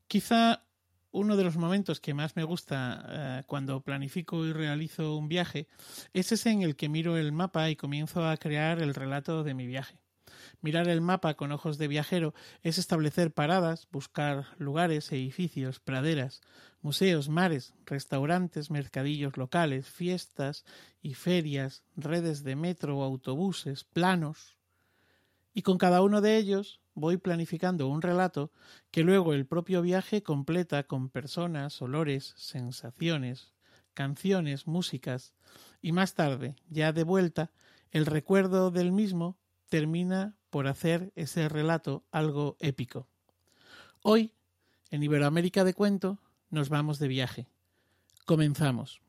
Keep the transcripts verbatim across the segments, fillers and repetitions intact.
Quizá uno de los momentos que más me gusta eh, cuando planifico y realizo un viaje es ese en el que miro el mapa y comienzo a crear el relato de mi viaje. Mirar el mapa con ojos de viajero es establecer paradas, buscar lugares, edificios, praderas, museos, mares, restaurantes, mercadillos locales, fiestas y ferias, redes de metro o autobuses, planos. Y con cada uno de ellos voy planificando un relato que luego el propio viaje completa con personas, olores, sensaciones, canciones, músicas, y más tarde, ya de vuelta, el recuerdo del mismo termina por hacer ese relato algo épico. Hoy, en Iberoamérica de Cuento, nos vamos de viaje. Comenzamos.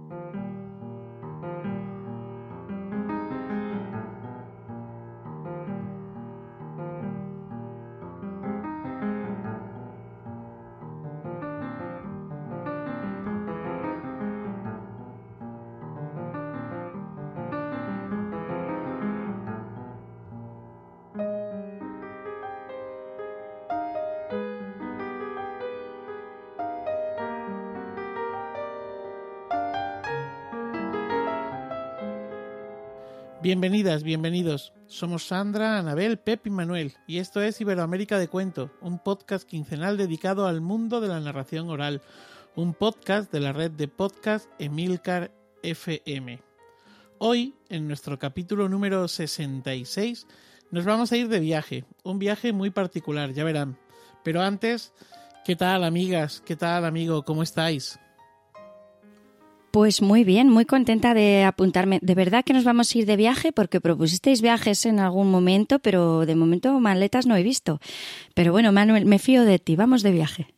Bienvenidas, bienvenidos. Somos Sandra, Anabel, Pep y Manuel, y esto es Iberoamérica de Cuento, un podcast quincenal dedicado al mundo de la narración oral, un podcast de la red de podcast Emilcar F M. Hoy, en nuestro capítulo número sesenta y seis, nos vamos a ir de viaje, un viaje muy particular, ya verán. Pero antes, ¿qué tal, amigas? ¿Qué tal, amigo? ¿Cómo estáis? Pues muy bien, muy contenta de apuntarme. De verdad que nos vamos a ir de viaje porque propusisteis viajes en algún momento, pero de momento maletas no he visto. Pero bueno, Manuel, me fío de ti, vamos de viaje.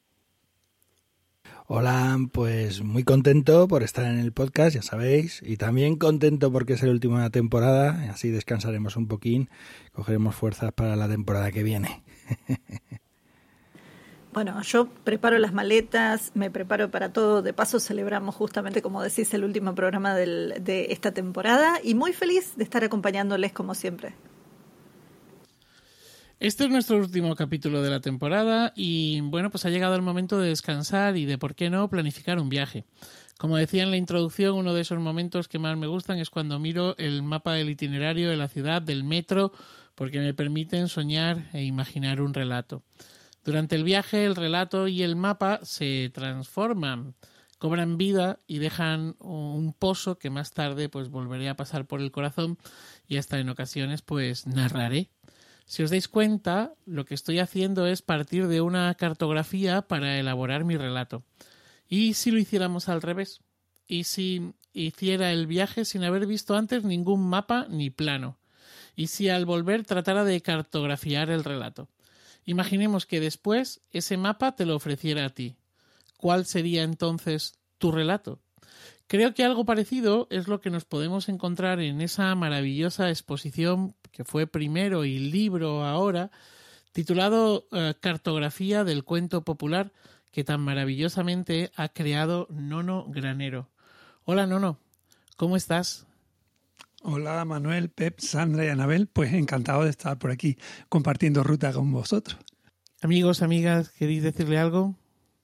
Hola, pues muy contento por estar en el podcast, ya sabéis, y también contento porque es el último de la temporada, así descansaremos un poquín, cogeremos fuerzas para la temporada que viene. Bueno, yo preparo las maletas, me preparo para todo. De paso celebramos justamente, como decís, el último programa del, de esta temporada y muy feliz de estar acompañándoles como siempre. Este es nuestro último capítulo de la temporada y bueno, pues ha llegado el momento de descansar y de, por qué no, planificar un viaje. Como decía en la introducción, uno de esos momentos que más me gustan es cuando miro el mapa del itinerario de la ciudad, del metro, porque me permiten soñar e imaginar un relato. Durante el viaje, el relato y el mapa se transforman, cobran vida y dejan un pozo que más tarde pues volveré a pasar por el corazón y hasta en ocasiones pues narraré. Si os dais cuenta, lo que estoy haciendo es partir de una cartografía para elaborar mi relato. ¿Y si lo hiciéramos al revés? ¿Y si hiciera el viaje sin haber visto antes ningún mapa ni plano? ¿Y si al volver tratara de cartografiar el relato? Imaginemos que después ese mapa te lo ofreciera a ti. ¿Cuál sería entonces tu relato? Creo que algo parecido es lo que nos podemos encontrar en esa maravillosa exposición que fue primero y libro ahora, titulado eh, Cartografía del Cuento Popular, que tan maravillosamente ha creado Nono Granero. Hola, Nono, ¿cómo estás? Hola Manuel, Pep, Sandra y Anabel, pues encantado de estar por aquí compartiendo ruta con vosotros. Amigos, amigas, ¿queréis decirle algo?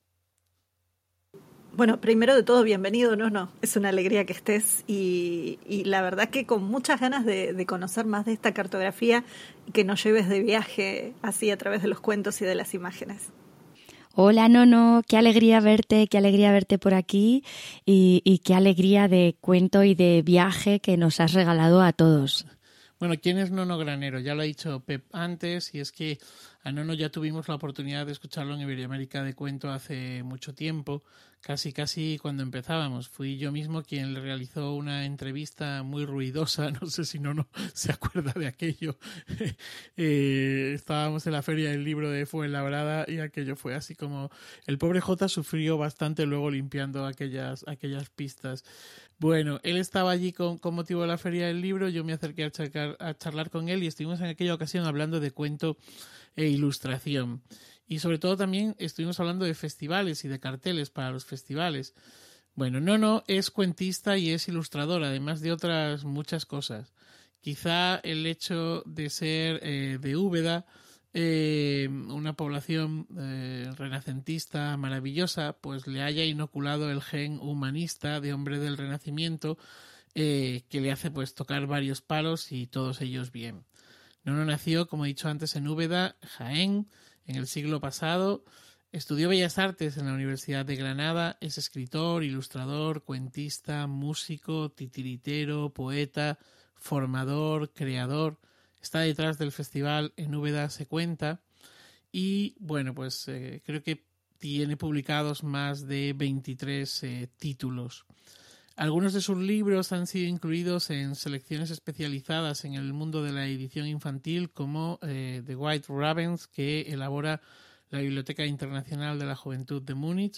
Bueno, primero de todo, bienvenido, no, no, es una alegría que estés y, y la verdad que con muchas ganas de, de conocer más de esta cartografía y que nos lleves de viaje así a través de los cuentos y de las imágenes. Hola, Nono, qué alegría verte, qué alegría verte por aquí y, y qué alegría de cuento y de viaje que nos has regalado a todos. Bueno, ¿quién es Nono Granero? Ya lo ha dicho Pep antes y es que a Nono ya tuvimos la oportunidad de escucharlo en Iberoamérica de Cuento hace mucho tiempo, casi casi cuando empezábamos. Fui yo mismo quien le realizó una entrevista muy ruidosa, no sé si Nono se acuerda de aquello. eh, estábamos en la Feria del Libro de Fuenlabrada y aquello fue así como... El pobre Jota sufrió bastante luego limpiando aquellas, aquellas pistas. Bueno, él estaba allí con, con motivo de la Feria del Libro, yo me acerqué a charlar, a charlar con él y estuvimos en aquella ocasión hablando de cuento e ilustración. Y sobre todo también estuvimos hablando de festivales y de carteles para los festivales. Bueno, Nono es cuentista y es ilustrador, además de otras muchas cosas. Quizá el hecho de ser eh, de Úbeda eh, una población eh, renacentista maravillosa, pues le haya inoculado el gen humanista de hombre del Renacimiento, eh, que le hace pues tocar varios palos y todos ellos bien. Nono nació, como he dicho antes, en Úbeda, Jaén, en el siglo pasado. Estudió Bellas Artes en la Universidad de Granada. Es escritor, ilustrador, cuentista, músico, titiritero, poeta, formador, creador. Está detrás del festival En Úbeda se cuenta. Y bueno, pues eh, creo que tiene publicados más de veintitrés eh, títulos. Algunos de sus libros han sido incluidos en selecciones especializadas en el mundo de la edición infantil, como eh, The White Ravens, que elabora la Biblioteca Internacional de la Juventud de Múnich,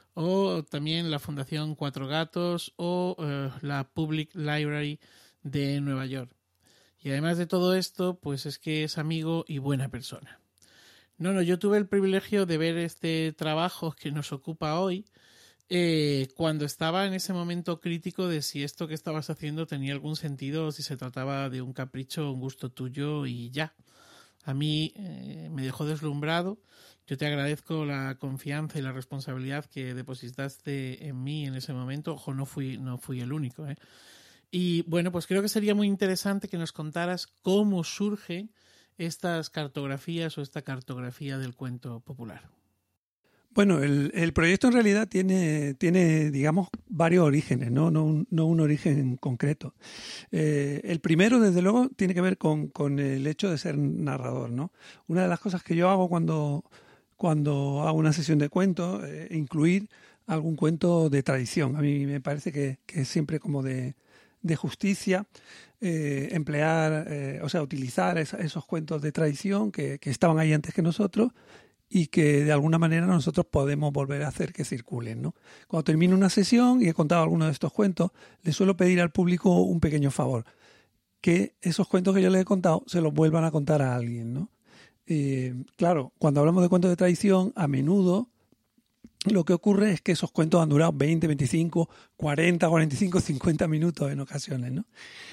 o también la Fundación Cuatro Gatos o eh, la Public Library de Nueva York. Y además de todo esto, pues es que es amigo y buena persona. No, no, yo tuve el privilegio de ver este trabajo que nos ocupa hoy, Eh, cuando estaba en ese momento crítico de si esto que estabas haciendo tenía algún sentido o si se trataba de un capricho o un gusto tuyo y ya. A mí eh, me dejó deslumbrado. Yo te agradezco la confianza y la responsabilidad que depositaste en mí en ese momento. Ojo, no fui, no fui el único, ¿eh? Y bueno, pues creo que sería muy interesante que nos contaras cómo surgen estas cartografías o esta cartografía del cuento popular. Bueno, el, el proyecto en realidad tiene, tiene, digamos, varios orígenes, no, no, un, no un origen concreto. Eh, el primero, desde luego, tiene que ver con, con el hecho de ser narrador, ¿no? Una de las cosas que yo hago cuando, cuando hago una sesión de cuentos es eh, incluir algún cuento de tradición. A mí me parece que, que es siempre como de, de justicia eh, emplear, eh, o sea, utilizar esa, esos cuentos de tradición que, que estaban ahí antes que nosotros, y que de alguna manera nosotros podemos volver a hacer que circulen, ¿no? Cuando termino una sesión y he contado alguno de estos cuentos, le suelo pedir al público un pequeño favor, que esos cuentos que yo les he contado se los vuelvan a contar a alguien, ¿no? Eh, claro, cuando hablamos de cuentos de tradición, a menudo lo que ocurre es que esos cuentos han durado veinte, veinticinco, cuarenta, cuarenta y cinco, cincuenta minutos en ocasiones, ¿no?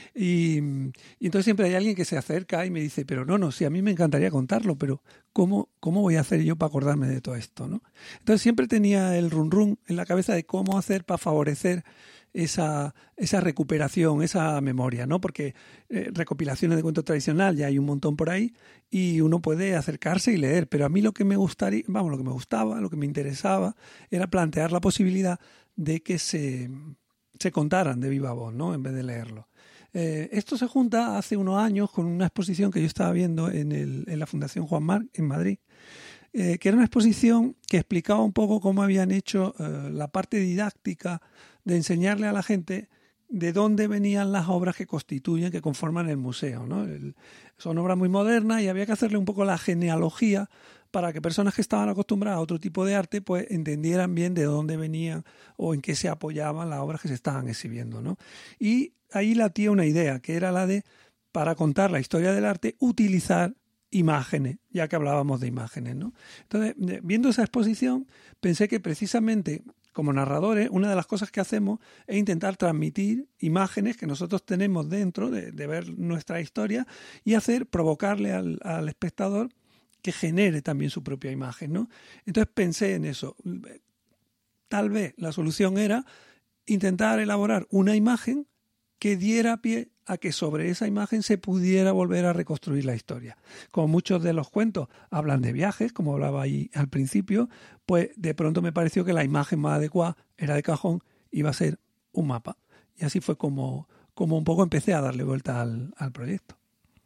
Y, y entonces siempre hay alguien que se acerca y me dice, pero no, no, sí, a mí me encantaría contarlo, pero ¿cómo, cómo voy a hacer yo para acordarme de todo esto, ¿no? Entonces siempre tenía el run run en la cabeza de cómo hacer para favorecer esa, esa recuperación, esa memoria, ¿no? Porque eh, recopilaciones de cuentos tradicional ya hay un montón por ahí y uno puede acercarse y leer, pero a mí lo que me gustaría, vamos, lo que me gustaba, lo que me interesaba era plantear la posibilidad de que se, se contaran de viva voz, ¿no? En vez de leerlo. Eh, esto se junta hace unos años con una exposición que yo estaba viendo en, el, en la Fundación Juan Marc en Madrid, eh, que era una exposición que explicaba un poco cómo habían hecho eh, la parte didáctica de enseñarle a la gente de dónde venían las obras que constituyen, que conforman el museo, ¿no? El, son obras muy modernas y había que hacerle un poco la genealogía para que personas que estaban acostumbradas a otro tipo de arte pues entendieran bien de dónde venían o en qué se apoyaban las obras que se estaban exhibiendo, ¿no? Y ahí latía una idea, que era la de, para contar la historia del arte, utilizar imágenes, ya que hablábamos de imágenes, ¿no? Entonces, viendo esa exposición, pensé que precisamente como narradores, una de las cosas que hacemos es intentar transmitir imágenes que nosotros tenemos dentro de, de ver nuestra historia y hacer, provocarle al, al espectador que genere también su propia imagen, ¿no? Entonces pensé en eso. Tal vez la solución era intentar elaborar una imagen que diera pie a que sobre esa imagen se pudiera volver a reconstruir la historia. Como muchos de los cuentos hablan de viajes, como hablaba ahí al principio, pues de pronto me pareció que la imagen más adecuada era de cajón, iba a ser un mapa. Y así fue como, como un poco empecé a darle vuelta al, al proyecto.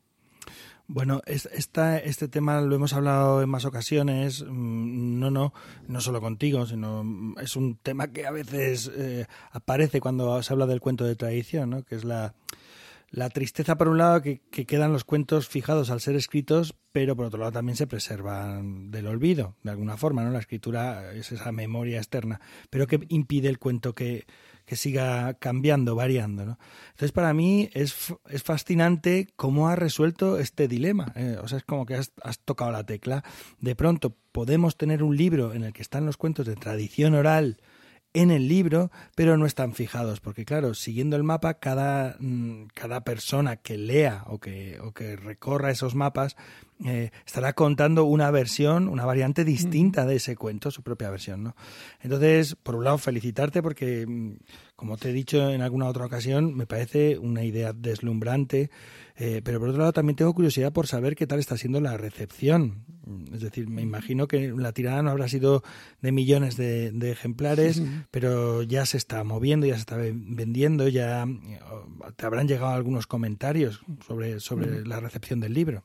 Bueno, esta, este tema lo hemos hablado en más ocasiones, no, no, no solo contigo, sino es un tema que a veces eh, aparece cuando se habla del cuento de tradición, ¿no? Que es la, la tristeza, por un lado, que, que quedan los cuentos fijados al ser escritos, pero por otro lado también se preservan del olvido, de alguna forma, ¿no? La escritura es esa memoria externa, pero que impide el cuento que, que siga cambiando, variando, ¿no? Entonces, para mí es, es fascinante cómo has resuelto este dilema. Eh, o sea, es como que has, has tocado la tecla. De pronto podemos tener un libro en el que están los cuentos de tradición oral en el libro, pero no están fijados, porque claro, siguiendo el mapa, cada, cada persona que lea o que, o que recorra esos mapas eh, estará contando una versión, una variante distinta de ese cuento, su propia versión, ¿no? Entonces, por un lado, felicitarte porque, como te he dicho en alguna otra ocasión, me parece una idea deslumbrante, eh, pero por otro lado también tengo curiosidad por saber qué tal está siendo la recepción. Es decir, me imagino que la tirada no habrá sido de millones de, de ejemplares, sí, pero ya se está moviendo, ya se está vendiendo, ya te habrán llegado algunos comentarios sobre, sobre la recepción del libro.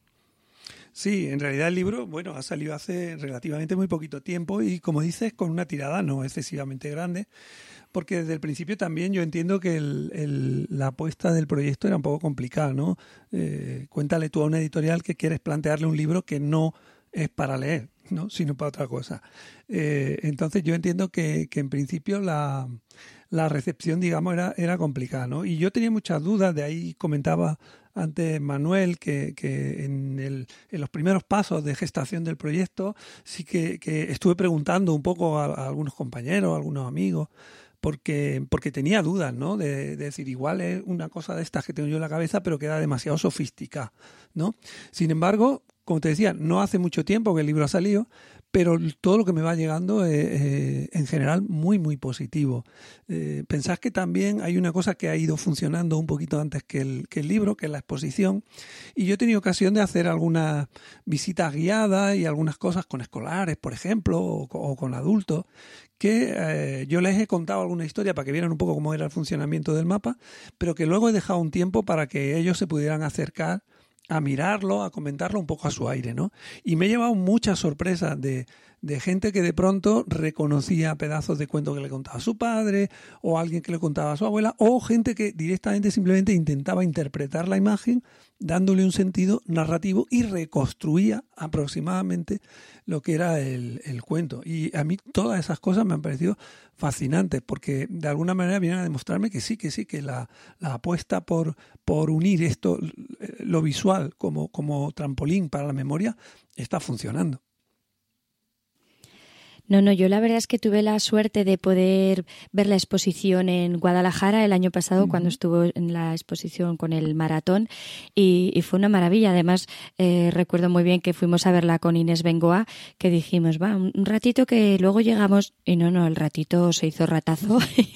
Sí, en realidad el libro, bueno, ha salido hace relativamente muy poquito tiempo y, como dices, con una tirada no excesivamente grande, porque desde el principio también yo entiendo que el, el, la apuesta del proyecto era un poco complicada, ¿no? Eh, cuéntale tú a una editorial que quieres plantearle un libro que no es para leer, ¿no? Sino para otra cosa. Eh, entonces yo entiendo que, que en principio la, la recepción, digamos, era, era complicada, ¿no? Y yo tenía muchas dudas, de ahí comentaba antes Manuel que, que en, el, en los primeros pasos de gestación del proyecto sí que, que estuve preguntando un poco a, a algunos compañeros, a algunos amigos, porque, porque tenía dudas, ¿no? De, de decir, igual es una cosa de estas que tengo yo en la cabeza, pero queda demasiado sofisticada, ¿no? Sin embargo, como te decía, no hace mucho tiempo que el libro ha salido, pero todo lo que me va llegando es, eh, en general, muy, muy positivo. Eh, pensás que también hay una cosa que ha ido funcionando un poquito antes que el, que el libro, que es la exposición, y yo he tenido ocasión de hacer algunas visitas guiadas y algunas cosas con escolares, por ejemplo, o, o con adultos, que eh, yo les he contado alguna historia para que vieran un poco cómo era el funcionamiento del mapa, pero que luego he dejado un tiempo para que ellos se pudieran acercar a mirarlo, a comentarlo un poco a su aire, ¿no? Y me he llevado muchas sorpresas de, de gente que de pronto reconocía pedazos de cuento que le contaba a su padre, o alguien que le contaba a su abuela, o gente que directamente simplemente intentaba interpretar la imagen dándole un sentido narrativo y reconstruía aproximadamente lo que era el, el cuento. Y a mí todas esas cosas me han parecido fascinantes, porque de alguna manera vienen a demostrarme que sí, que sí, que la, la apuesta por, por unir esto, lo visual como, como trampolín para la memoria, está funcionando. No, no, yo la verdad es que tuve la suerte de poder ver la exposición en Guadalajara el año pasado, uh-huh. cuando estuvo en la exposición con el maratón, y, y fue una maravilla. Además, eh, recuerdo muy bien que fuimos a verla con Inés Bengoa, que dijimos, va, un, un ratito que luego llegamos, y no, no, el ratito se hizo ratazo,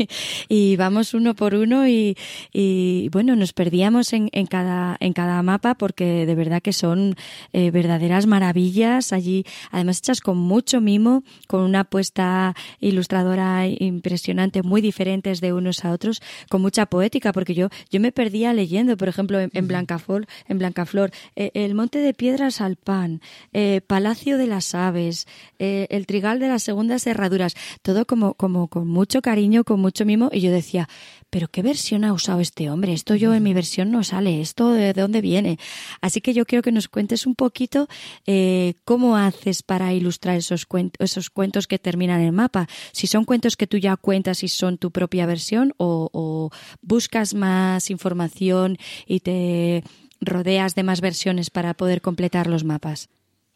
y vamos uno por uno, y, y bueno, nos perdíamos en, en, cada, en cada mapa, porque de verdad que son eh, verdaderas maravillas allí, además hechas con mucho mimo, con una apuesta ilustradora impresionante, muy diferentes de unos a otros, con mucha poética, porque yo yo me perdía leyendo, por ejemplo, en, en Blancaflor, en Blancaflor eh, el Monte de Piedras al Pan, eh, Palacio de las Aves, eh, el Trigal de las Segundas Herraduras, todo como, como con mucho cariño, con mucho mimo, y yo decía, pero ¿qué versión ha usado este hombre? Esto yo en mi versión no sale, ¿esto de dónde viene? Así que yo quiero que nos cuentes un poquito eh, cómo haces para ilustrar esos cuentos, esos cuentos que terminan el mapa. Si son cuentos que tú ya cuentas y son tu propia versión, o, o buscas más información y te rodeas de más versiones para poder completar los mapas.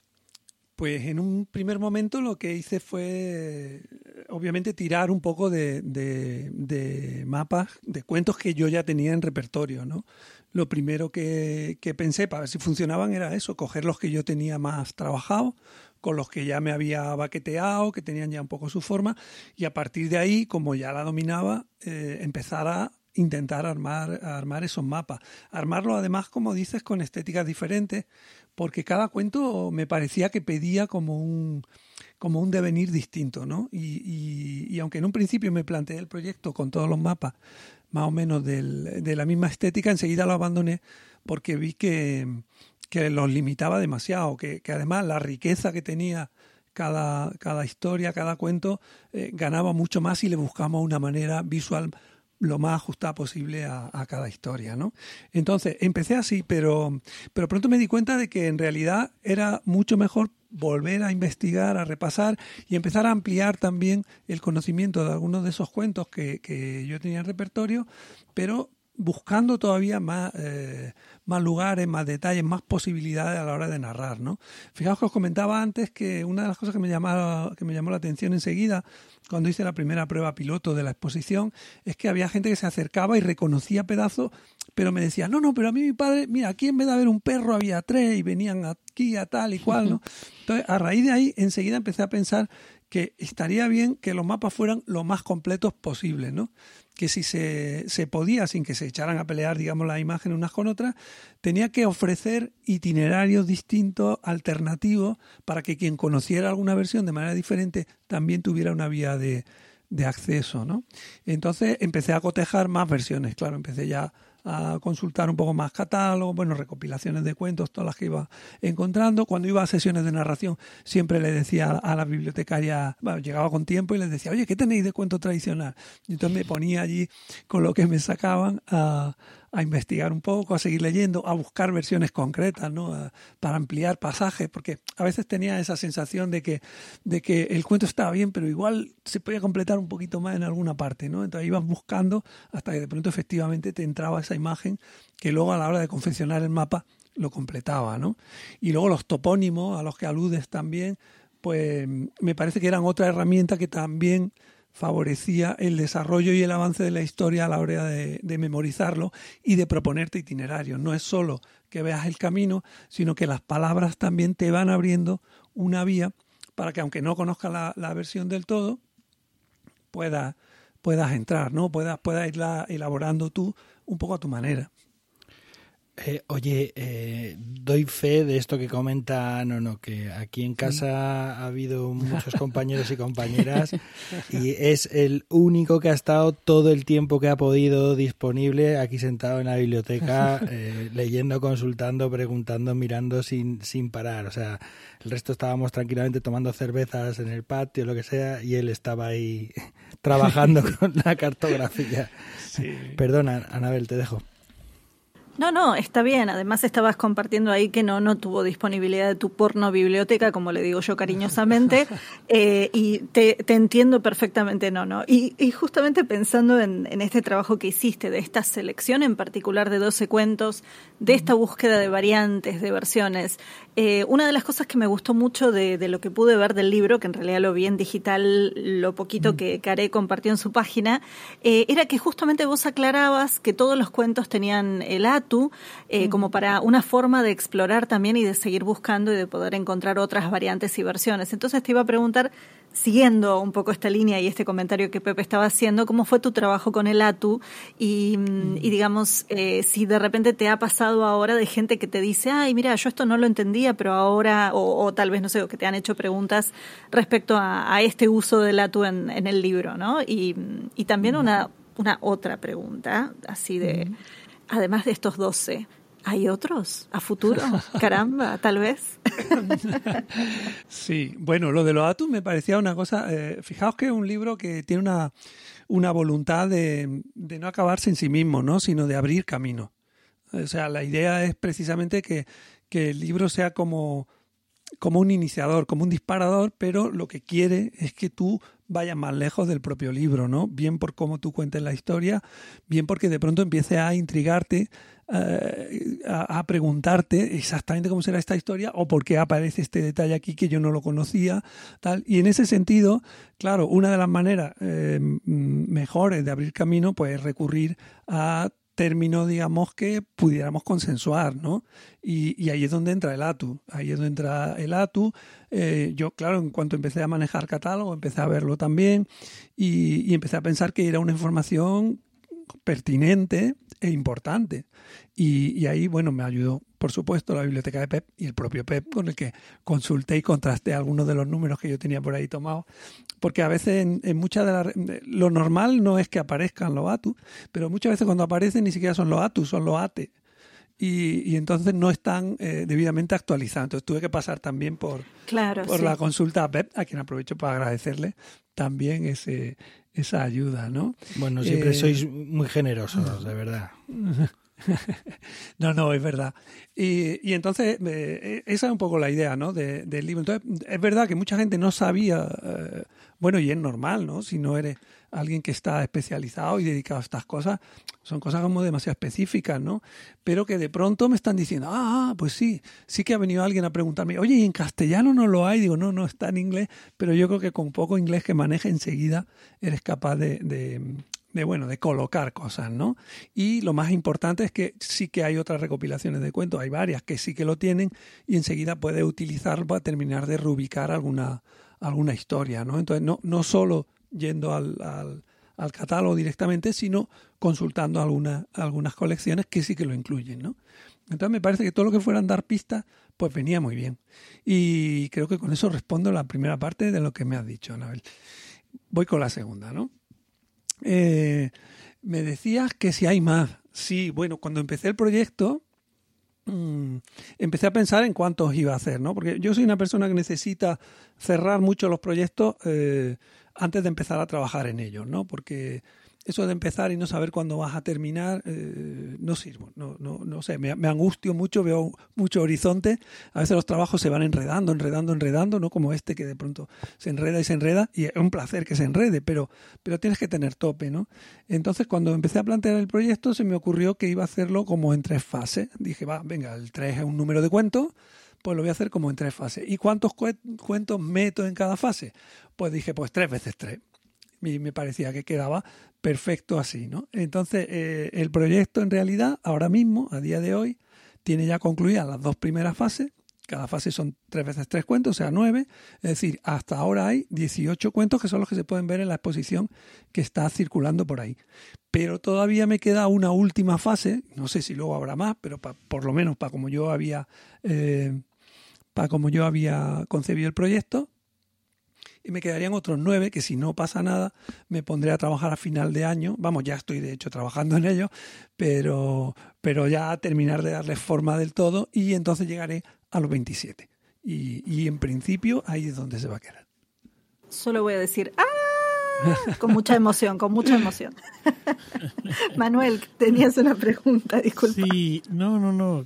Pues en un primer momento lo que hice fue, obviamente, tirar un poco de, de, de mapas, de cuentos que yo ya tenía en repertorio, ¿no? Lo primero que, que pensé para ver si funcionaban era eso, coger los que yo tenía más trabajados, con los que ya me había baqueteado, que tenían ya un poco su forma, y a partir de ahí, como ya la dominaba, eh, empezar a intentar armar, a armar esos mapas. Armarlo además, como dices, con estéticas diferentes, porque cada cuento me parecía que pedía como un, como un devenir distinto, ¿no? Y, y, y aunque en un principio me planteé el proyecto con todos los mapas más o menos del, de la misma estética, enseguida lo abandoné porque vi que, que los limitaba demasiado, que, que además la riqueza que tenía cada, cada historia, cada cuento, eh, ganaba mucho más si le buscamos una manera visual lo más ajustada posible a, a cada historia, ¿no? Entonces, empecé así, pero, pero pronto me di cuenta de que en realidad era mucho mejor volver a investigar, a repasar y empezar a ampliar también el conocimiento de algunos de esos cuentos que, que yo tenía en repertorio, pero buscando todavía más, eh, más lugares, más detalles, más posibilidades a la hora de narrar, ¿no? Fijaos que os comentaba antes que una de las cosas que me llamaba, que me llamó la atención enseguida cuando hice la primera prueba piloto de la exposición es que había gente que se acercaba y reconocía pedazos, pero me decía, no, no, pero a mí mi padre, mira, aquí en vez de haber un perro había tres y venían aquí a tal y cual, ¿no? Entonces, a raíz de ahí, enseguida empecé a pensar que estaría bien que los mapas fueran lo más completos posibles, ¿no? Que si se, se podía, sin que se echaran a pelear, digamos, las imágenes unas con otras, tenía que ofrecer itinerarios distintos, alternativos, para que quien conociera alguna versión de manera diferente también tuviera una vía de, de acceso, ¿no? Entonces empecé a cotejar más versiones, claro, empecé ya a consultar un poco más catálogos, bueno, recopilaciones de cuentos, todas las que iba encontrando. Cuando iba a sesiones de narración siempre le decía a la bibliotecaria, bueno, llegaba con tiempo y les decía, oye, ¿qué tenéis de cuento tradicional? Y entonces me ponía allí con lo que me sacaban a, a investigar un poco, a seguir leyendo, a buscar versiones concretas, ¿no? A, para ampliar pasajes, porque a veces tenía esa sensación de que, de que el cuento estaba bien, pero igual se podía completar un poquito más en alguna parte, ¿no? Entonces ibas buscando hasta que de pronto efectivamente te entraba esa imagen que luego a la hora de confeccionar el mapa lo completaba, ¿no? Y luego los topónimos a los que aludes también, pues me parece que eran otra herramienta que también favorecía el desarrollo y el avance de la historia a la hora de, de memorizarlo y de proponerte itinerarios. No es solo que veas el camino, sino que las palabras también te van abriendo una vía para que, aunque no conozcas la, la versión del todo, puedas, puedas entrar, ¿no? Puedas, puedas irla elaborando tú un poco a tu manera. Eh, oye, eh, doy fe de esto que comenta Nono, que aquí en casa ha habido muchos compañeros y compañeras y es el único que ha estado todo el tiempo que ha podido disponible aquí sentado en la biblioteca, eh, leyendo, consultando, preguntando, mirando sin, sin parar. O sea, el resto estábamos tranquilamente tomando cervezas en el patio, lo que sea, y él estaba ahí trabajando con la cartografía. Sí. Perdona, Anabel, te dejo. No, no, está bien. Además estabas compartiendo ahí que no, no tuvo disponibilidad de tu porno biblioteca, como le digo yo cariñosamente, eh, y te, te entiendo perfectamente, no, no. Y, y justamente pensando en, en este trabajo que hiciste, de esta selección en particular de doce cuentos, de esta búsqueda de variantes, de versiones, eh, una de las cosas que me gustó mucho de, de lo que pude ver del libro, que en realidad lo vi en digital, lo poquito que Caré compartió en su página, eh, era que justamente vos aclarabas que todos los cuentos tenían el atu, Eh, como para una forma de explorar también y de seguir buscando y de poder encontrar otras variantes y versiones. Entonces te iba a preguntar, siguiendo un poco esta línea y este comentario que Pepe estaba haciendo, ¿cómo fue tu trabajo con el atu? Y, mm. y digamos, eh, si de repente te ha pasado ahora de gente que te dice, ay, mira, yo esto no lo entendía, pero ahora, o, o tal vez, no sé, o que te han hecho preguntas respecto a, a este uso del atu en, en el libro, ¿no? Y, y también una, una otra pregunta, así de... Mm. Además de estos doce, ¿hay otros a futuro? Caramba, tal vez. Sí, bueno, lo de los atus me parecía una cosa... Eh, fijaos que es un libro que tiene una, una voluntad de, de no acabarse en sí mismo, ¿no? Sino de abrir camino. O sea, la idea es precisamente que, que el libro sea como, como un iniciador, como un disparador, pero lo que quiere es que tú vayas más lejos del propio libro, ¿no? Bien por cómo tú cuentes la historia, bien porque de pronto empiece a intrigarte, eh, a, a preguntarte exactamente cómo será esta historia o por qué aparece este detalle aquí que yo no lo conocía, tal. Y en ese sentido, claro, una de las maneras eh, mejores de abrir camino pues es recurrir a término, digamos, que pudiéramos consensuar, ¿no? Y, y ahí es donde entra el atu, ahí es donde entra el atu. Eh, yo, claro, en cuanto empecé a manejar catálogo, empecé a verlo también y, y empecé a pensar que era una información pertinente e importante. Y, y ahí, bueno, me ayudó, por supuesto, la biblioteca de Pep y el propio Pep, con el que consulté y contrasté algunos de los números que yo tenía por ahí tomados. Porque a veces en, en muchas de las... Lo normal no es que aparezcan los atu, pero muchas veces cuando aparecen ni siquiera son los atu, son los ate. Y, y entonces no están eh, debidamente actualizados. Entonces tuve que pasar también por, claro, por sí. la consulta a Pep, a quien aprovecho para agradecerle también ese, esa ayuda, ¿no? Bueno, siempre eh, sois muy generosos, de verdad. No, no, es verdad. Y, y entonces, eh, esa es un poco la idea, ¿no? De, del libro. Entonces, es verdad que mucha gente no sabía, eh, bueno, y es normal, ¿no? Si no eres alguien que está especializado y dedicado a estas cosas, son cosas como demasiado específicas, ¿no? Pero que de pronto me están diciendo, ah, pues sí, sí que ha venido alguien a preguntarme, oye, ¿y en castellano no lo hay? Digo, no, no está en inglés, pero yo creo que con poco inglés que maneje enseguida eres capaz de, de, de, bueno, de colocar cosas, ¿no? Y lo más importante es que sí que hay otras recopilaciones de cuentos, hay varias que sí que lo tienen y enseguida puedes utilizarlo para terminar de reubicar alguna, alguna historia, ¿no? Entonces, no, no solo yendo al, al, al catálogo directamente, sino consultando alguna, algunas colecciones que sí que lo incluyen, ¿no? Entonces me parece que todo lo que fueran dar pistas, pues venía muy bien. Y creo que con eso respondo la primera parte de lo que me has dicho, Anabel. Voy con la segunda, ¿no? Eh, me decías que si hay más. Sí, bueno, cuando empecé el proyecto, mmm, empecé a pensar en cuántos iba a hacer, ¿no? Porque yo soy una persona que necesita cerrar mucho los proyectos eh, antes de empezar a trabajar en ellos, ¿no? Porque eso de empezar y no saber cuándo vas a terminar, eh, no sirvo, no, no, no sé, me, me angustio mucho, veo mucho horizonte, a veces los trabajos se van enredando, enredando, enredando, no como este que de pronto se enreda y se enreda, y es un placer que se enrede, pero, pero tienes que tener tope, ¿no? Entonces cuando empecé a plantear el proyecto se me ocurrió que iba a hacerlo como en tres fases, dije, va, venga, el tres es un número de cuentos, pues lo voy a hacer como en tres fases. ¿Y cuántos cuentos meto en cada fase? Pues dije, pues tres veces tres. Y me parecía que quedaba perfecto así, ¿no? Entonces, eh, el proyecto en realidad, ahora mismo, a día de hoy, tiene ya concluidas las dos primeras fases. Cada fase son tres veces tres cuentos, o sea, nueve. Es decir, hasta ahora hay dieciocho cuentos que son los que se pueden ver en la exposición que está circulando por ahí. Pero todavía me queda una última fase, no sé si luego habrá más, pero pa, por lo menos para como yo había, eh, para como yo había concebido el proyecto. Y me quedarían otros nueve que si no pasa nada me pondré a trabajar a final de año. Vamos, ya estoy de hecho trabajando en ello, pero, pero ya a terminar de darles forma del todo y entonces llegaré a los veintisiete. Y, y en principio ahí es donde se va a quedar. Solo voy a decir ¡ah! Con mucha emoción, con mucha emoción. Manuel, tenías una pregunta, disculpa. Sí, no, no, no.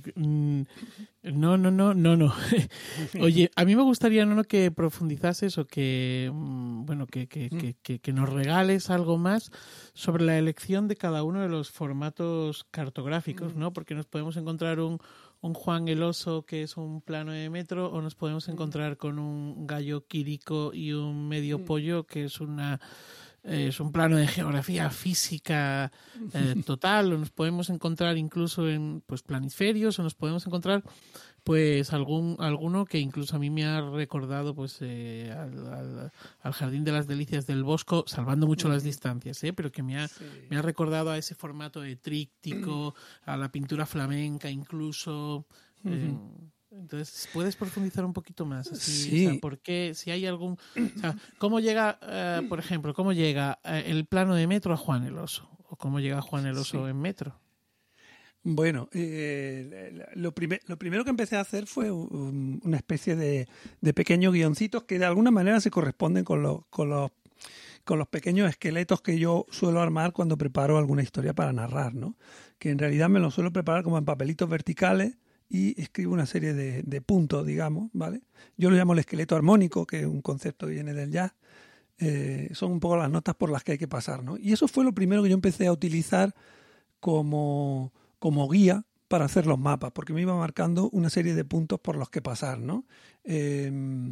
No, no, no, no, no. Oye, a mí me gustaría, no, no, que profundizases o que, bueno, que, que, que, que, que nos regales algo más sobre la elección de cada uno de los formatos cartográficos, ¿no? Porque nos podemos encontrar un, un Juan el Oso que es un plano de metro, o nos podemos encontrar con un gallo quirico y un medio pollo que es una eh, es un plano de geografía física eh, total, o nos podemos encontrar incluso en pues planisferios, o nos podemos encontrar pues algún alguno que incluso a mí me ha recordado pues eh, al, al, al Jardín de las Delicias del Bosco, salvando mucho las distancias, ¿eh? Pero que me ha, sí. me ha recordado a ese formato de tríptico, a la pintura flamenca incluso. Uh-huh. eh, Entonces, ¿puedes profundizar un poquito más? Así, sí. O sea, ¿por qué? Si hay algún... O sea, ¿cómo llega, uh, por ejemplo, cómo llega uh, el plano de metro a Juan el Oso? ¿O cómo llega Juan el Oso sí. en metro? Bueno, eh, lo, primer, lo primero que empecé a hacer fue un, una especie de, de pequeños guioncitos que de alguna manera se corresponden con los, con los con los pequeños esqueletos que yo suelo armar cuando preparo alguna historia para narrar, ¿no? Que en realidad me los suelo preparar como en papelitos verticales y escribo una serie de, de puntos, digamos, ¿vale? Yo lo llamo el esqueleto armónico, que es un concepto que viene del jazz. Eh, son un poco las notas por las que hay que pasar, ¿no? Y eso fue lo primero que yo empecé a utilizar como, como guía para hacer los mapas, porque me iba marcando una serie de puntos por los que pasar, ¿no? Eh,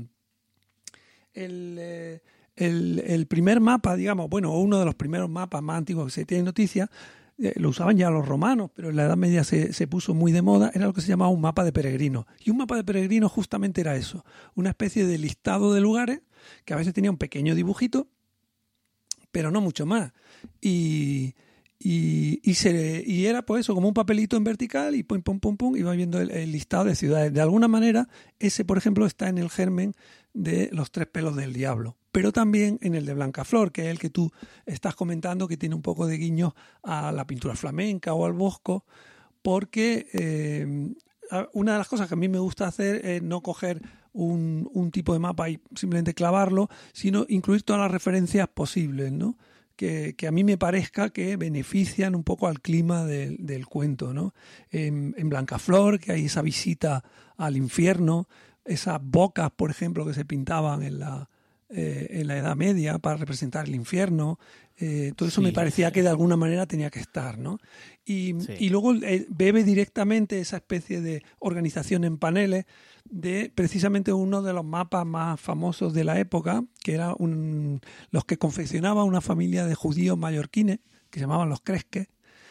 el, eh, el, el primer mapa, digamos, bueno, uno de los primeros mapas más antiguos que se tiene noticia, eh, lo usaban ya los romanos, pero en la Edad Media se, se puso muy de moda, era lo que se llamaba un mapa de peregrinos. Y un mapa de peregrinos justamente era eso, una especie de listado de lugares que a veces tenía un pequeño dibujito, pero no mucho más. Y... Y, y, se, y era pues eso, como un papelito en vertical y pum, pum, pum, pum, iba viendo el, el listado de ciudades. De alguna manera, ese, por ejemplo, está en el germen de Los Tres Pelos del Diablo, pero también en el de Blancaflor, que es el que tú estás comentando, que tiene un poco de guiño a la pintura flamenca o al Bosco, porque eh, una de las cosas que a mí me gusta hacer es no coger un, un tipo de mapa y simplemente clavarlo, sino incluir todas las referencias posibles, ¿no? que, que a mí me parezca que benefician un poco al clima del, del cuento, ¿no? En, en Blancaflor, que hay esa visita al infierno, esas bocas, por ejemplo, que se pintaban en la, eh, en la Edad Media para representar el infierno, eh, todo eso sí, me parecía sí. que de alguna manera tenía que estar, ¿no? Y, sí. y luego eh, bebe directamente esa especie de organización en paneles de precisamente uno de los mapas más famosos de la época, que era un, los que confeccionaba una familia de judíos mallorquines, que se llamaban los Cresques,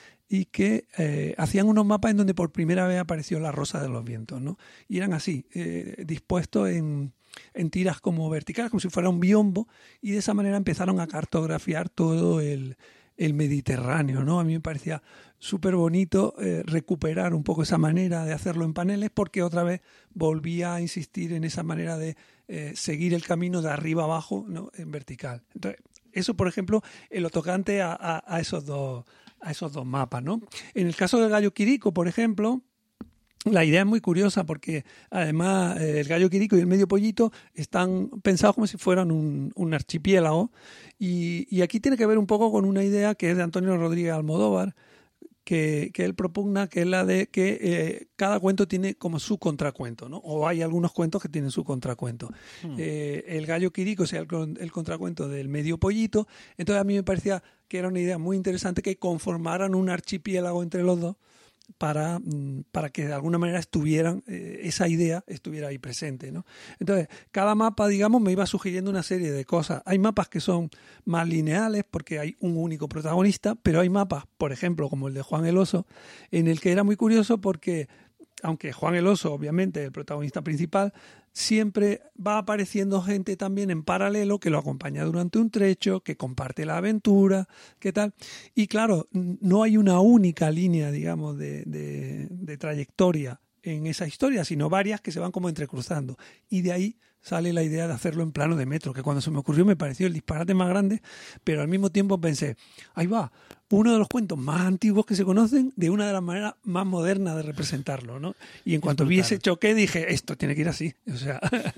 y que eh, hacían unos mapas en donde por primera vez apareció la rosa de los vientos, ¿no? Y eran así, eh, dispuestos en, en tiras como verticales, como si fuera un biombo, y de esa manera empezaron a cartografiar todo el, el Mediterráneo, ¿no? A mí me parecía súper bonito eh, recuperar un poco esa manera de hacerlo en paneles, porque otra vez volvía a insistir en esa manera de eh, seguir el camino de arriba abajo, ¿no? En vertical. Entonces, eso, por ejemplo, en lo tocante a, a, a esos dos a esos dos mapas, ¿no? En el caso del gallo Quirico, por ejemplo, la idea es muy curiosa porque además eh, el gallo Quirico y el medio pollito están pensados como si fueran un, un archipiélago, y, y aquí tiene que ver un poco con una idea que es de Antonio Rodríguez Almodóvar, que, que él propugna, que es la de que eh, cada cuento tiene como su contracuento, ¿no? O hay algunos cuentos que tienen su contracuento. Hmm. Eh, el gallo Quirico sea el, el contracuento del medio pollito. Entonces a mí me parecía que era una idea muy interesante que conformaran un archipiélago entre los dos para, para que de alguna manera estuvieran, eh, esa idea estuviera ahí presente, ¿no? Entonces, cada mapa, digamos, me iba sugiriendo una serie de cosas. Hay mapas que son más lineales porque hay un único protagonista, pero hay mapas, por ejemplo, como el de Juan el Oso, en el que era muy curioso porque, aunque Juan el Oso, obviamente, es el protagonista principal, siempre va apareciendo gente también en paralelo que lo acompaña durante un trecho, que comparte la aventura, ¿qué tal? Y claro, no hay una única línea, digamos, de, de, de trayectoria en esa historia, sino varias que se van como entrecruzando. Y de ahí sale la idea de hacerlo en plano de metro, que cuando se me ocurrió me pareció el disparate más grande, pero al mismo tiempo pensé, ahí va, uno de los cuentos más antiguos que se conocen, de una de las maneras más modernas de representarlo, ¿no? Y en cuanto vi ese choque dije, esto tiene que ir así. O sea...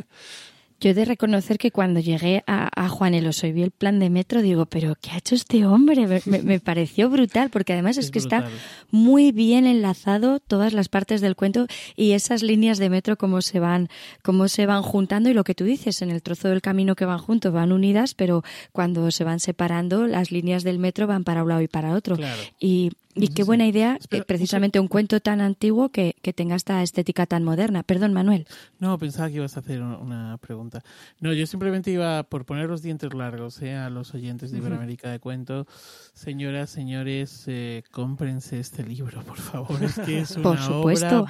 Yo he de reconocer que cuando llegué a, a Juan el Oso y vi el plan de metro, digo, ¿pero qué ha hecho este hombre? Me, me, me pareció brutal, porque además es, es que brutal. Está muy bien enlazado todas las partes del cuento y esas líneas de metro cómo se van, cómo se van juntando, y lo que tú dices, en el trozo del camino que van juntos van unidas, pero cuando se van separando las líneas del metro van para un lado y para otro. Claro. Y Y qué buena idea, Espera, precisamente un cuento tan antiguo que, que tenga esta estética tan moderna. Perdón, Manuel. No, pensaba que ibas a hacer una pregunta. No, yo simplemente iba por poner los dientes largos eh, a los oyentes de Iberoamérica de Cuento. Señoras, señores, eh, cómprense este libro, por favor. Es que es una obra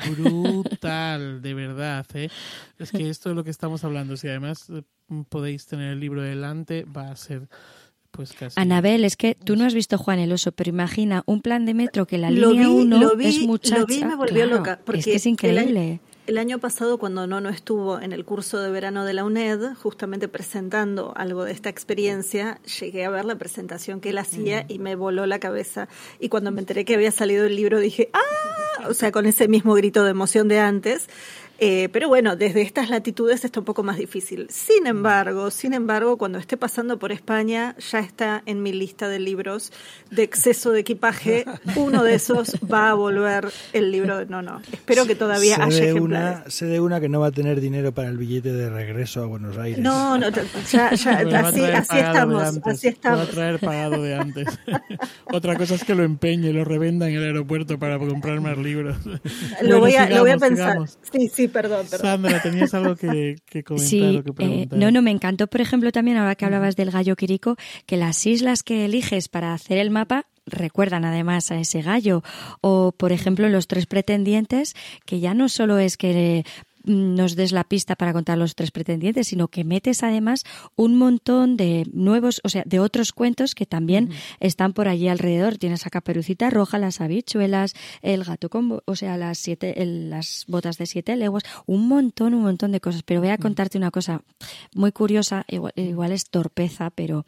brutal, de verdad. Eh. Es que esto es lo que estamos hablando. Si además eh, podéis tener el libro delante, va a ser... Pues casi. Anabel, es que tú no has visto Juan el Oso, pero imagina un plan de metro que la línea uno es muchacha. Lo vi y me volvió claro, loca. Porque es que es increíble. El año, el año pasado, cuando Nono estuvo en el curso de verano de la UNED, justamente presentando algo de esta experiencia, llegué a ver la presentación que él hacía mm. y me voló la cabeza. Y cuando me enteré que había salido el libro dije, ¡ah! O sea, con ese mismo grito de emoción de antes. Eh, pero bueno, desde estas latitudes está un poco más difícil. Sin embargo, sin embargo, cuando esté pasando por España, ya está en mi lista de libros de exceso de equipaje. Uno de esos va a volver el libro de Nono. Espero que todavía sé haya de ejemplares. Una, sé de una que no va a tener dinero para el billete de regreso a Buenos Aires. No, no, ya, ya, así, así estamos. Así estamos. Lo va a traer pagado de antes. Otra cosa es que lo empeñe, lo revenda en el aeropuerto para comprar más libros. Lo, bueno, voy, a, sigamos, lo voy a pensar. Sigamos. Sí, sí, perdón, perdón. Sandra, ¿tenías algo que, que comentar sí, o que preguntar? Eh, no, no, me encantó, por ejemplo, también, ahora que hablabas del gallo Quirico, que las islas que eliges para hacer el mapa recuerdan además a ese gallo. O, por ejemplo, los tres pretendientes, que ya no solo es que nos des la pista para contar los tres pretendientes, sino que metes además un montón de nuevos, o sea, de otros cuentos que también uh-huh. están por allí alrededor. Tienes a Caperucita Roja, las habichuelas, el gato con, o sea, las siete, el, las botas de siete leguas, un montón, un montón de cosas. Pero voy a contarte una cosa muy curiosa, igual, igual es torpeza, pero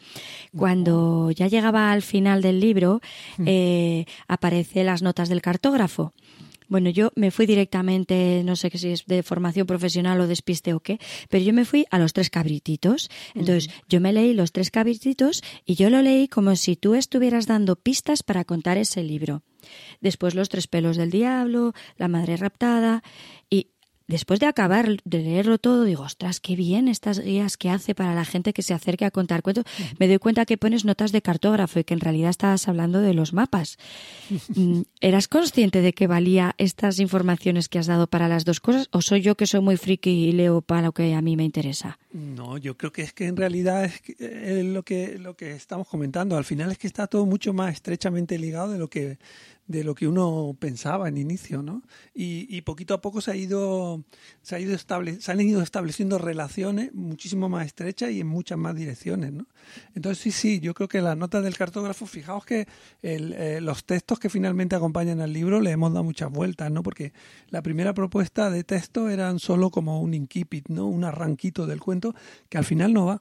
cuando ya llegaba al final del libro, uh-huh. eh, aparece las notas del cartógrafo. Bueno, yo me fui directamente, no sé si es de formación profesional o despiste o qué, pero yo me fui a Los Tres Cabrititos. Entonces, uh-huh. yo me leí Los Tres Cabrititos y yo lo leí como si tú estuvieras dando pistas para contar ese libro. Después Los Tres Pelos del Diablo, La Madre Raptada, y después de acabar de leerlo todo, digo, ostras, qué bien estas guías que hace para la gente que se acerque a contar cuentos. Uh-huh. Me doy cuenta que pones notas de cartógrafo y que en realidad estabas hablando de los mapas. ¿Eras consciente de que valía estas informaciones que has dado para las dos cosas? ¿O soy yo que soy muy friki y leo para lo que a mí me interesa? No, yo creo que es que en realidad es, que, es lo que lo que estamos comentando. Al final es que está todo mucho más estrechamente ligado de lo que de lo que uno pensaba en inicio, ¿no? Y, y poquito a poco se ha ido se ha ido estable, se han ido estableciendo relaciones muchísimo más estrechas y en muchas más direcciones, ¿no? Entonces sí, sí, yo creo que las notas del cartógrafo, fijaos que el, eh, los textos que finalmente acompañan al libro le hemos dado muchas vueltas, ¿no? Porque la primera propuesta de texto eran solo como un incipit, ¿no? Un arranquito del cuento que al final no va.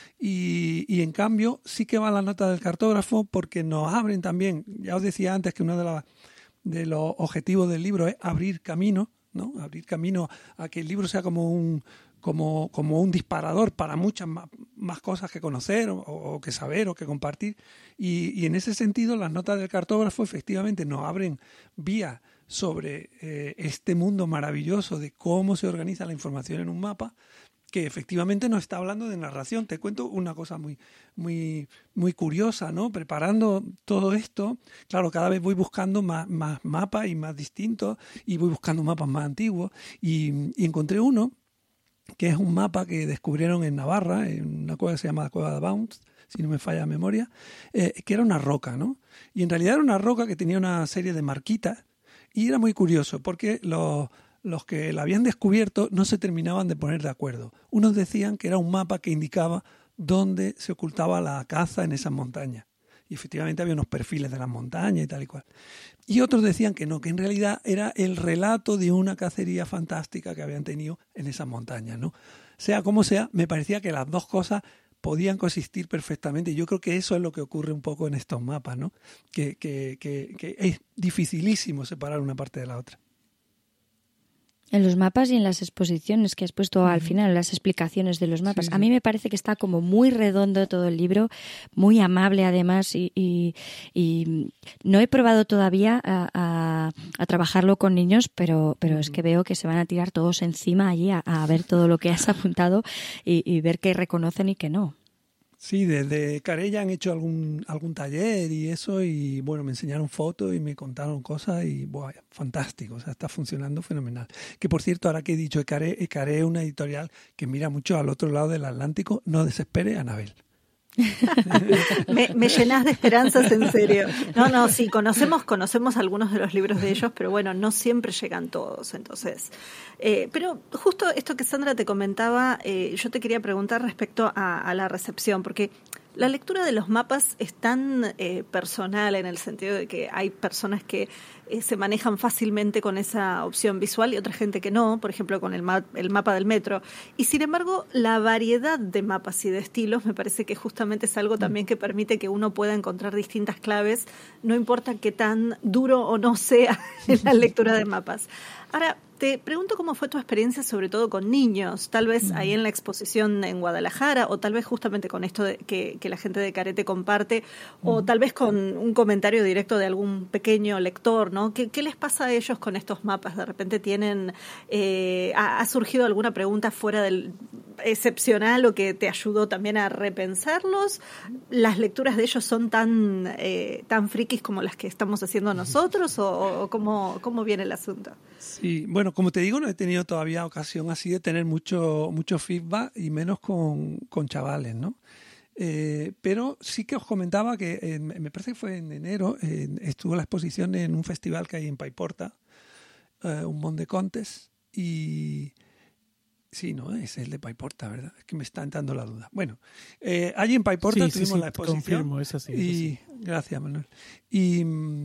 Y, y en cambio sí que va la nota del cartógrafo porque nos abren también, ya os decía antes que uno de, la, de los objetivos del libro es abrir camino, ¿no? Abrir camino a que el libro sea como un, como, como un disparador para muchas más, más cosas que conocer o, o que saber o que compartir. Y, y en ese sentido las notas del cartógrafo efectivamente nos abren vías sobre eh, este mundo maravilloso de cómo se organiza la información en un mapa, que efectivamente nos está hablando de narración. Te cuento una cosa muy, muy, muy curiosa, ¿no? Preparando todo esto, claro, cada vez voy buscando más, más mapas y más distintos y voy buscando mapas más antiguos y, y encontré uno que es un mapa que descubrieron en Navarra, en una cueva que se llama la Cueva de Bounds, si no me falla la memoria, eh, que era una roca, ¿no? Y en realidad era una roca que tenía una serie de marquitas y era muy curioso porque los los que la habían descubierto no se terminaban de poner de acuerdo. Unos decían que era un mapa que indicaba dónde se ocultaba la caza en esas montañas. Y efectivamente había unos perfiles de las montañas y tal y cual. Y otros decían que no, que en realidad era el relato de una cacería fantástica que habían tenido en esas montañas, ¿no? Sea como sea, me parecía que las dos cosas podían coexistir perfectamente. Yo creo que eso es lo que ocurre un poco en estos mapas, ¿no? Que, que, que, que es dificilísimo separar una parte de la otra. En los mapas y en las exposiciones que has puesto uh-huh. al final, las explicaciones de los mapas. Sí, sí. A mí me parece que está como muy redondo todo el libro, muy amable además y, y, y no he probado todavía a, a, a trabajarlo con niños, pero, pero uh-huh. es que veo que se van a tirar todos encima allí a, a ver todo lo que has apuntado y, y ver qué reconocen y qué no. Sí, desde Caré ya han hecho algún algún taller y eso y bueno, me enseñaron fotos y me contaron cosas y buah, fantástico, o sea, está funcionando fenomenal. Que por cierto, ahora que he dicho Caré, Caré es una editorial que mira mucho al otro lado del Atlántico, no desespere, Anabel. me, me llenas de esperanzas, en serio. No, no, sí, conocemos, conocemos algunos de los libros de ellos, pero bueno, no siempre llegan todos, entonces. Eh, pero justo esto que Sandra te comentaba, eh, yo te quería preguntar respecto a, a la recepción, porque la lectura de los mapas es tan eh, personal en el sentido de que hay personas que eh, se manejan fácilmente con esa opción visual y otra gente que no, por ejemplo con el, ma- el mapa del metro. Y sin embargo, la variedad de mapas y de estilos me parece que justamente es algo también que permite que uno pueda encontrar distintas claves, no importa qué tan duro o no sea en la lectura de mapas. Ahora, te pregunto cómo fue tu experiencia, sobre todo con niños, tal vez ahí en la exposición en Guadalajara, o tal vez justamente con esto de que, que la gente de Caré te comparte, o tal vez con un comentario directo de algún pequeño lector, ¿no? ¿Qué, qué les pasa a ellos con estos mapas? ¿De repente tienen, eh, ha, ha surgido alguna pregunta fuera del excepcional o que te ayudó también a repensarlos? ¿Las lecturas de ellos son tan, eh, tan frikis como las que estamos haciendo nosotros, o, o cómo, cómo viene el asunto? Sí, bueno, como te digo, no he tenido todavía ocasión así de tener mucho, mucho feedback y menos con, con chavales, ¿no? Eh, pero sí que os comentaba que eh, me parece que fue en enero, eh, estuvo la exposición en un festival que hay en Paiporta, eh, un Monde Contes, y sí, no, es el de Paiporta, ¿verdad? Es que me está entrando la duda. Bueno, eh, allí en Paiporta sí, tuvimos sí, sí, la exposición. Confirmo, es así. Y, es así. Gracias, Manuel. Y...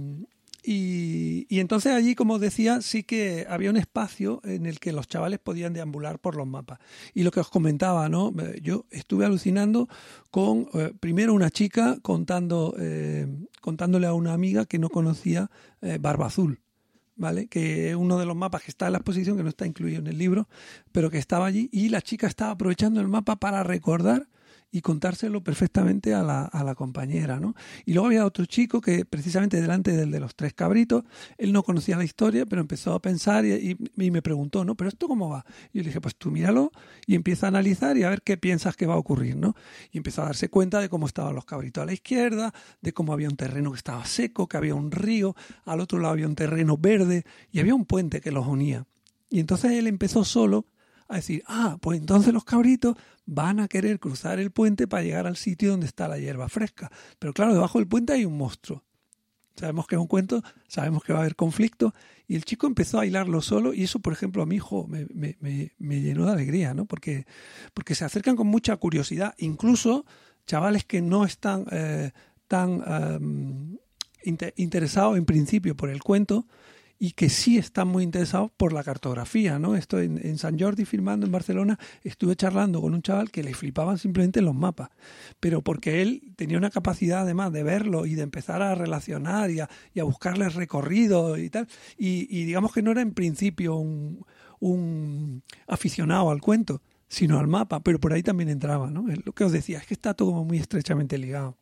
Y, y entonces allí, como decía, sí que había un espacio en el que los chavales podían deambular por los mapas. Y lo que os comentaba, ¿no? Yo estuve alucinando con, eh, primero, una chica contando, eh, contándole a una amiga que no conocía eh, Barba Azul. ¿vale? Que es uno de los mapas que está en la exposición, que no está incluido en el libro, pero que estaba allí, y la chica estaba aprovechando el mapa para recordar y contárselo perfectamente a la, a la compañera, ¿no? Y luego había otro chico que precisamente delante del de los tres cabritos, él no conocía la historia, pero empezó a pensar y, y, y me preguntó, ¿no? ¿Pero esto cómo va? Y yo le dije, pues tú míralo y empieza a analizar y a ver qué piensas que va a ocurrir, ¿no? Y empezó a darse cuenta de cómo estaban los cabritos a la izquierda, de cómo había un terreno que estaba seco, que había un río, al otro lado había un terreno verde y había un puente que los unía. Y entonces él empezó solo a decir, ah, pues entonces los cabritos van a querer cruzar el puente para llegar al sitio donde está la hierba fresca. Pero claro, debajo del puente hay un monstruo. Sabemos que es un cuento, sabemos que va a haber conflicto, y el chico empezó a hilarlo solo, y eso, por ejemplo, a mi hijo me, me, me, me llenó de alegría, ¿no? Porque, porque se acercan con mucha curiosidad, incluso chavales que no están eh, tan eh, inter- interesados en principio por el cuento, y que sí están muy interesados por la cartografía, ¿no? Esto en, en Sant Jordi, filmando en Barcelona, estuve charlando con un chaval que le flipaban simplemente los mapas, pero porque él tenía una capacidad además de verlo y de empezar a relacionar y a, y a buscarles recorridos y tal, y, y digamos que no era en principio un, un aficionado al cuento, sino al mapa, pero por ahí también entraba, ¿no? Lo que os decía, es que está todo como muy estrechamente ligado.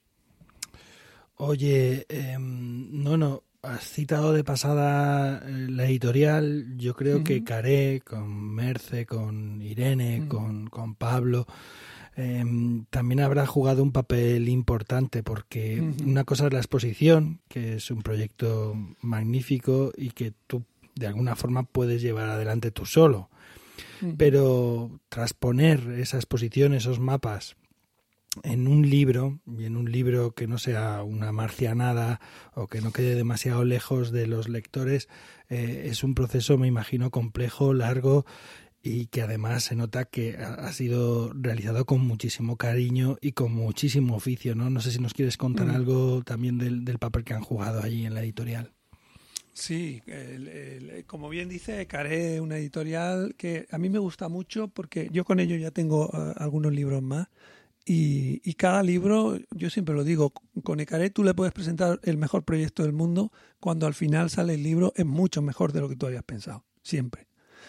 Oye, eh, no, no... Has citado de pasada la editorial. Yo creo uh-huh. que Caré, con Merce, con Irene, uh-huh. con, con Pablo, eh, también habrá jugado un papel importante, porque uh-huh. una cosa es la exposición, que es un proyecto magnífico y que tú de alguna forma puedes llevar adelante tú solo. Uh-huh. Pero transponer esa exposición, esos mapas, en un libro, y en un libro que no sea una marcianada o que no quede demasiado lejos de los lectores, eh, es un proceso, me imagino, complejo, largo, y que además se nota que ha sido realizado con muchísimo cariño y con muchísimo oficio, ¿no? No sé si nos quieres contar mm. algo también del, del papel que han jugado allí en la editorial. Sí, el, el, como bien dice, Caré es una editorial que a mí me gusta mucho, porque yo con ellos ya tengo uh, algunos libros más. Y, y cada libro, yo siempre lo digo, con Ecaré tú le puedes presentar el mejor proyecto del mundo, cuando al final sale el libro es mucho mejor de lo que tú habías pensado, siempre.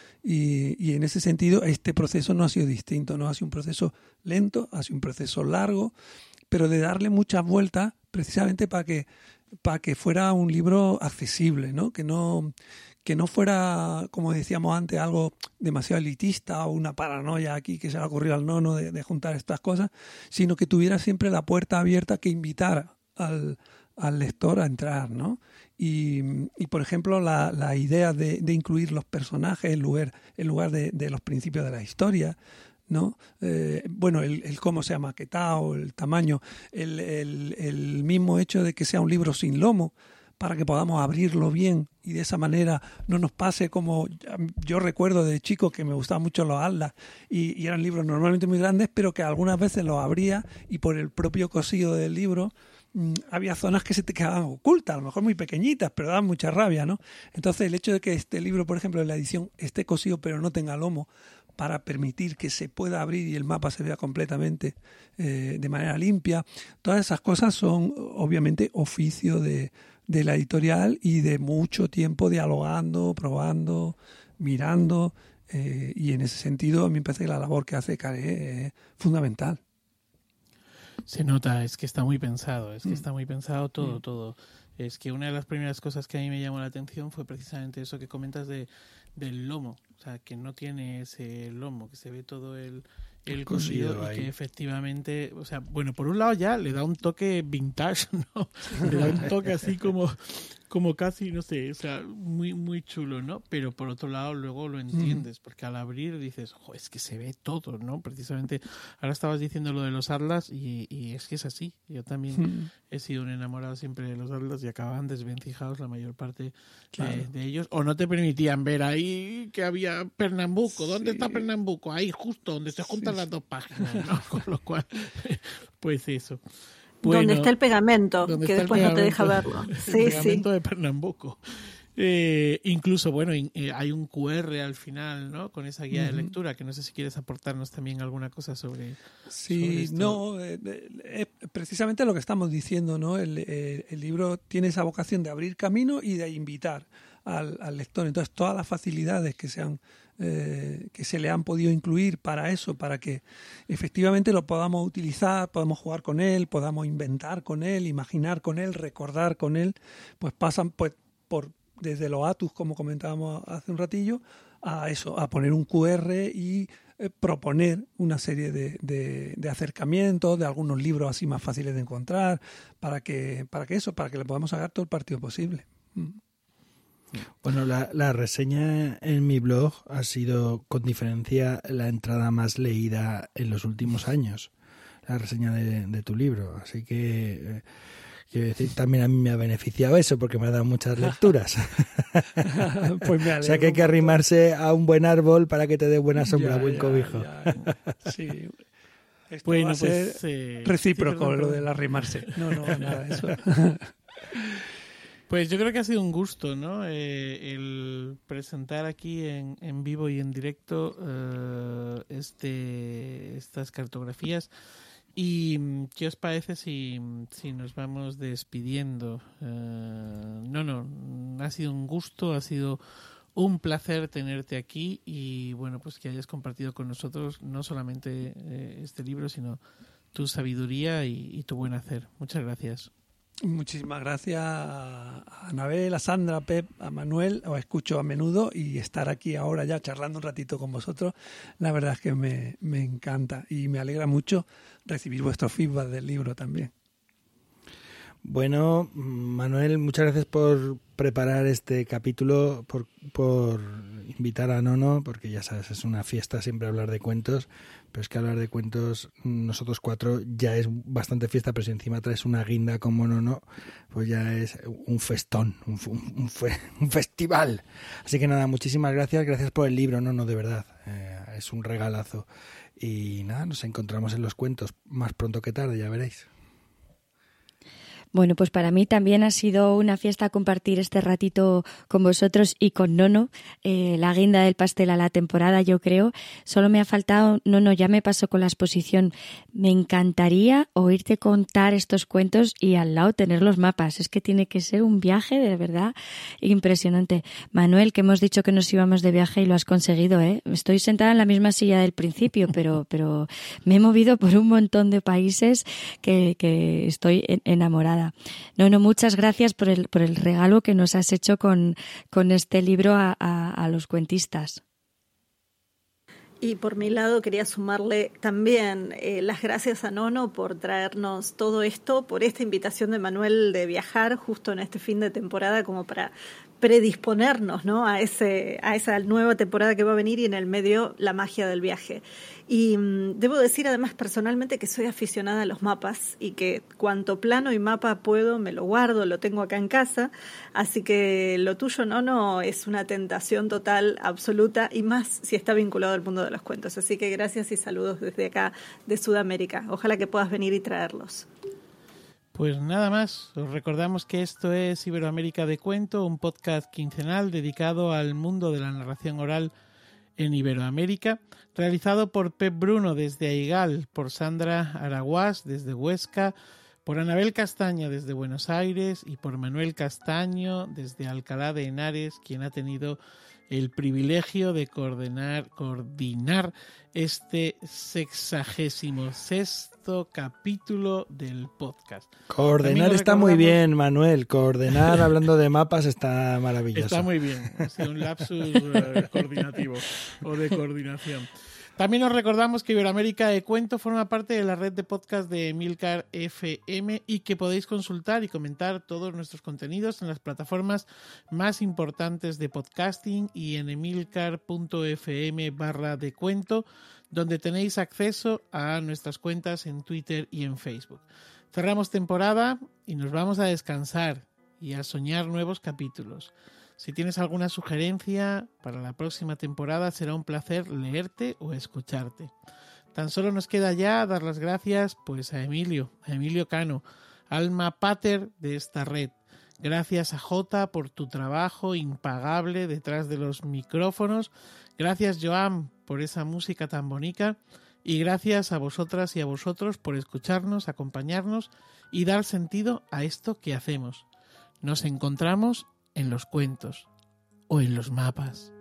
Y, y en ese sentido este proceso no ha sido distinto, no ha sido un proceso lento, ha sido un proceso largo, pero de darle muchas vueltas precisamente para que, para que fuera un libro accesible, ¿no? Que no... que no fuera, como decíamos antes, algo demasiado elitista o una paranoia aquí que se le ha ocurrido al nono de, de juntar estas cosas, sino que tuviera siempre la puerta abierta que invitara al, al lector a entrar, ¿no? Y, y por ejemplo, la, la idea de, de incluir los personajes en lugar, en lugar de, de los principios de la historia, ¿no? Eh, bueno, el, el cómo se ha maquetado, el tamaño, el, el, el mismo hecho de que sea un libro sin lomo, para que podamos abrirlo bien y de esa manera no nos pase como yo recuerdo de chico, que me gustaban mucho los atlas y, y eran libros normalmente muy grandes, pero que algunas veces los abría y por el propio cosido del libro mmm, había zonas que se te quedaban ocultas, a lo mejor muy pequeñitas, pero daban mucha rabia, ¿no? Entonces el hecho de que este libro, por ejemplo, en la edición esté cosido pero no tenga lomo, para permitir que se pueda abrir y el mapa se vea completamente eh, de manera limpia, todas esas cosas son obviamente oficio de de la editorial y de mucho tiempo dialogando, probando, mirando, eh, y en ese sentido a mí me parece que la labor que hace Caré es fundamental. Se nota, es que está muy pensado, es que mm. está muy pensado todo, mm. todo. Es que una de las primeras cosas que a mí me llamó la atención fue precisamente eso que comentas de del lomo, o sea, que no tiene ese lomo, que se ve todo el el cosido y que efectivamente, o sea, bueno, por un lado ya le da un toque vintage, ¿no? Le da un toque así como como casi, no sé, o sea, muy muy chulo, ¿no? Pero por otro lado luego lo entiendes, porque al abrir dices, jo, es que se ve todo, ¿no? Precisamente, ahora estabas diciendo lo de los atlas y, y es que es así. Yo también mm. he sido un enamorado siempre de los atlas y acababan desvencijados la mayor parte claro. de, de ellos, o no te permitían ver ahí que había Pernambuco. ¿Dónde sí. está Pernambuco? Ahí justo, donde se juntan sí. las dos páginas, ¿no? Con lo cual, pues eso. Bueno, donde está el pegamento, que después no te deja verlo. El sí, pegamento sí. de Pernambuco. Eh, incluso, bueno, in, eh, hay un cu erre al final, ¿no? Con esa guía uh-huh. de lectura, que no sé si quieres aportarnos también alguna cosa sobre, sí, sobre esto. No, eh, eh, precisamente lo que estamos diciendo, ¿no? El, eh, el libro tiene esa vocación de abrir camino y de invitar al, al lector. Entonces, todas las facilidades que se han eh, que se le han podido incluir para eso, para que efectivamente lo podamos utilizar, podamos jugar con él, podamos inventar con él, imaginar con él, recordar con él, pues pasan pues por desde los atus, como comentábamos hace un ratillo, a eso, a poner un cu erre y eh, proponer una serie de, de, de acercamientos, de algunos libros así más fáciles de encontrar, para que, para que eso, para que le podamos sacar todo el partido posible. Mm. Bueno, la, la reseña en mi blog ha sido, con diferencia, la entrada más leída en los últimos años, la reseña de, de tu libro. Así que, eh, quiero decir, también a mí me ha beneficiado eso, porque me ha dado muchas lecturas. Pues me o sea que hay que arrimarse a un buen árbol para que te dé buena sombra, ya, buen ya, cobijo. Ya. Sí. Esto Bueno, va a ser pues, eh, recíproco, sí, lo del arrimarse. No, no, nada de eso. Pues yo creo que ha sido un gusto, ¿no? Eh, el presentar aquí en, en vivo y en directo eh, este estas cartografías. ¿Y qué os parece si, si nos vamos despidiendo? Eh, no, no, ha sido un gusto, ha sido un placer tenerte aquí y bueno, pues que hayas compartido con nosotros no solamente eh, este libro, sino tu sabiduría y, y tu buen hacer. Muchas gracias. Muchísimas gracias a Anabel, a Sandra, a Pep, a Manuel. Os escucho a menudo y estar aquí ahora ya charlando un ratito con vosotros, la verdad es que me, me encanta y me alegra mucho recibir vuestro feedback del libro también. Bueno, Manuel, muchas gracias por preparar este capítulo, por, por invitar a Nono, porque ya sabes, es una fiesta siempre hablar de cuentos, pero es que hablar de cuentos, nosotros cuatro, ya es bastante fiesta, pero si encima traes una guinda como Nono, pues ya es un festón, un, un, fe, un festival. Así que nada, muchísimas gracias, gracias por el libro, Nono, de verdad, eh, es un regalazo. Y nada, nos encontramos en los cuentos más pronto que tarde, ya veréis. Bueno, pues para mí también ha sido una fiesta compartir este ratito con vosotros y con Nono, eh, la guinda del pastel a la temporada, yo creo. Solo me ha faltado, Nono, ya me pasó con la exposición. Me encantaría oírte contar estos cuentos y al lado tener los mapas. Es que tiene que ser un viaje de verdad impresionante. Manuel, que hemos dicho que nos íbamos de viaje y lo has conseguido, ¿eh? Estoy sentada en la misma silla del principio, pero, pero me he movido por un montón de países que, que estoy enamorada. No, no, muchas gracias por el, por el regalo que nos has hecho con, con este libro a, a, a los cuentistas. Y por mi lado quería sumarle también eh, las gracias a Nono por traernos todo esto, por esta invitación de Manuel de viajar justo en este fin de temporada como para predisponernos, ¿no?, a ese a esa nueva temporada que va a venir y en el medio la magia del viaje. Y mmm, debo decir además personalmente que soy aficionada a los mapas y que cuanto plano y mapa puedo me lo guardo, lo tengo acá en casa, así que lo tuyo, Nono, es una tentación total, absoluta, y más si está vinculado al mundo de los cuentos. Así que gracias y saludos desde acá de Sudamérica. Ojalá que puedas venir y traerlos. Pues nada más, os recordamos que esto es Iberoamérica de Cuento, un podcast quincenal dedicado al mundo de la narración oral en Iberoamérica, realizado por Pep Bruno desde Aigal, por Sandra Araguás desde Huesca, por Anabel Castaño desde Buenos Aires y por Manuel Castaño desde Alcalá de Henares, quien ha tenido el privilegio de coordinar, coordinar este sexagésimo sexto capítulo del podcast. Coordinar está muy bien, Manuel. Coordinar, hablando de mapas, está maravilloso. Está muy bien. Ha sido un lapsus uh, coordinativo o de coordinación. También os recordamos que Iberoamérica de Cuento forma parte de la red de podcast de Emilcar F M y que podéis consultar y comentar todos nuestros contenidos en las plataformas más importantes de podcasting y en emilcar.fm barra de cuento, donde tenéis acceso a nuestras cuentas en Twitter y en Facebook. Cerramos temporada y nos vamos a descansar y a soñar nuevos capítulos. Si tienes alguna sugerencia para la próxima temporada, será un placer leerte o escucharte. Tan solo nos queda ya dar las gracias pues a Emilio, a Emilio Cano, alma pater de esta red. Gracias a Jota por tu trabajo impagable detrás de los micrófonos. Gracias, Joan, por esa música tan bonita. Y gracias a vosotras y a vosotros por escucharnos, acompañarnos y dar sentido a esto que hacemos. Nos encontramos en los cuentos. o en los mapas.